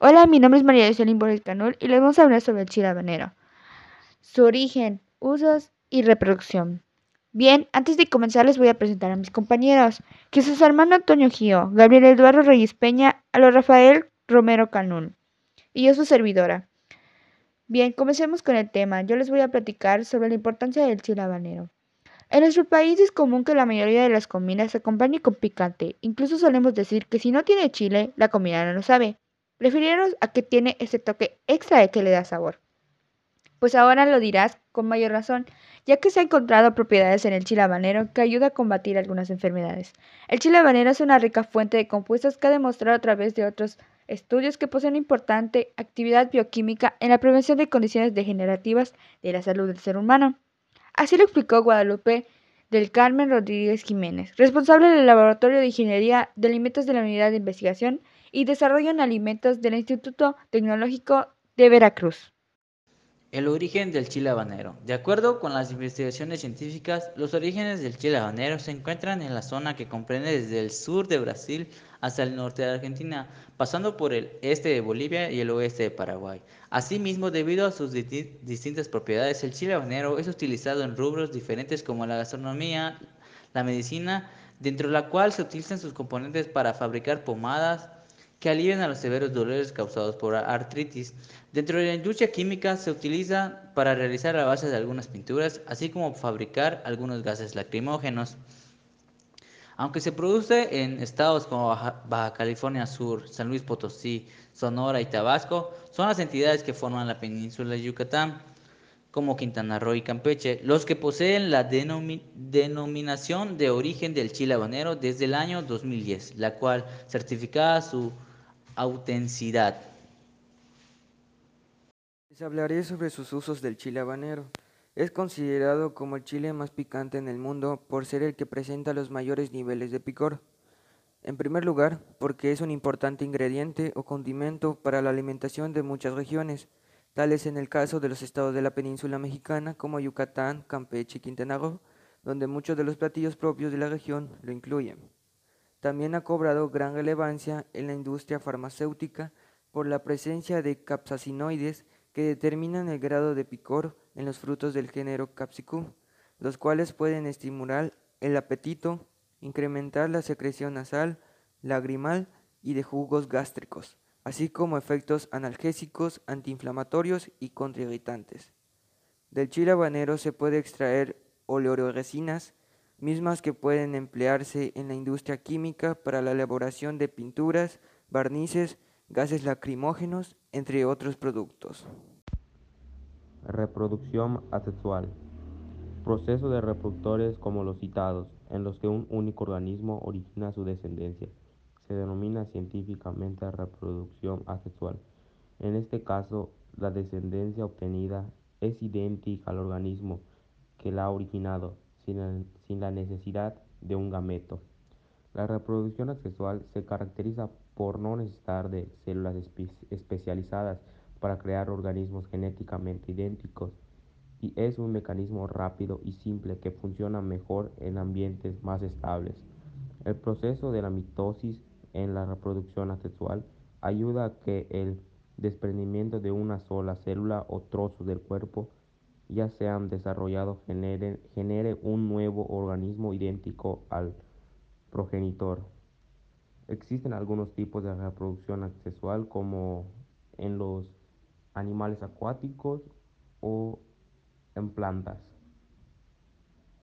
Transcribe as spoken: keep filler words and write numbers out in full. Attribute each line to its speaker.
Speaker 1: Hola, mi nombre es María Jocelyn Borges Canul y les vamos a hablar sobre el chile habanero, su origen, usos y reproducción. Bien, antes de comenzar les voy a presentar a mis compañeros, Jesús Armando Antonio Gio, Gabriel Eduardo Reyes Peña, Alo Rafael Romero Canul y yo su servidora. Bien, comencemos con el tema. Yo les voy a platicar sobre la importancia del chile habanero. En nuestro país es común que la mayoría de las comidas se acompañe con picante. Incluso solemos decir que si no tiene chile, la comida no lo sabe. Prefiriéndonos a que tiene ese toque extra que le da sabor. Pues ahora lo dirás con mayor razón, ya que se ha encontrado propiedades en el chile habanero que ayuda a combatir algunas enfermedades. El chile habanero es una rica fuente de compuestos que ha demostrado a través de otros estudios que posee una importante actividad bioquímica en la prevención de condiciones degenerativas de la salud del ser humano. Así lo explicó Guadalupe del Carmen Rodríguez Jiménez, responsable del Laboratorio de Ingeniería de Alimentos de la Unidad de Investigación y Desarrollo en Alimentos del Instituto Tecnológico de Veracruz.
Speaker 2: El origen del chile habanero. De acuerdo con las investigaciones científicas, los orígenes del chile habanero se encuentran en la zona que comprende desde el sur de Brasil hasta el norte de Argentina, pasando por el este de Bolivia y el oeste de Paraguay. Asimismo, debido a sus di- distintas propiedades, el chile habanero es utilizado en rubros diferentes como la gastronomía, la medicina, dentro de la cual se utilizan sus componentes para fabricar pomadas, que alivian a los severos dolores causados por artritis. Dentro de la industria química se utiliza para realizar la base de algunas pinturas, así como fabricar algunos gases lacrimógenos. Aunque se produce en estados como Baja, Baja California Sur, San Luis Potosí, Sonora y Tabasco, son las entidades que forman la península de Yucatán, como Quintana Roo y Campeche, los que poseen la denomi denominación de origen del chile habanero desde el año dos mil diez, la cual certificaba su autenticidad.
Speaker 3: Les hablaré sobre sus usos del chile habanero. Es considerado como el chile más picante en el mundo por ser el que presenta los mayores niveles de picor. En primer lugar, porque es un importante ingrediente o condimento para la alimentación de muchas regiones, tales en el caso de los estados de la península mexicana como Yucatán, Campeche y Quintana Roo, donde muchos de los platillos propios de la región lo incluyen. También ha cobrado gran relevancia en la industria farmacéutica por la presencia de capsaicinoides que determinan el grado de picor en los frutos del género Capsicum, los cuales pueden estimular el apetito, incrementar la secreción nasal, lagrimal y de jugos gástricos, así como efectos analgésicos, antiinflamatorios y contrairritantes. Del chile habanero se puede extraer oleoresinas, mismas que pueden emplearse en la industria química para la elaboración de pinturas, barnices, gases lacrimógenos, entre otros productos.
Speaker 4: Reproducción asexual. Proceso de reproductores como los citados, en los que un único organismo origina su descendencia. Se denomina científicamente reproducción asexual. En este caso, la descendencia obtenida es idéntica al organismo que la ha originado, sin la, sin la necesidad de un gameto. La reproducción asexual se caracteriza por no necesitar de células espe especializadas para crear organismos genéticamente idénticos y es un mecanismo rápido y simple que funciona mejor en ambientes más estables. El proceso de la mitosis en la reproducción asexual ayuda a que el desprendimiento de una sola célula o trozo del cuerpo ya sean desarrollado genere, genere un nuevo organismo idéntico al progenitor. Existen algunos tipos de reproducción asexual como en los animales acuáticos o en plantas.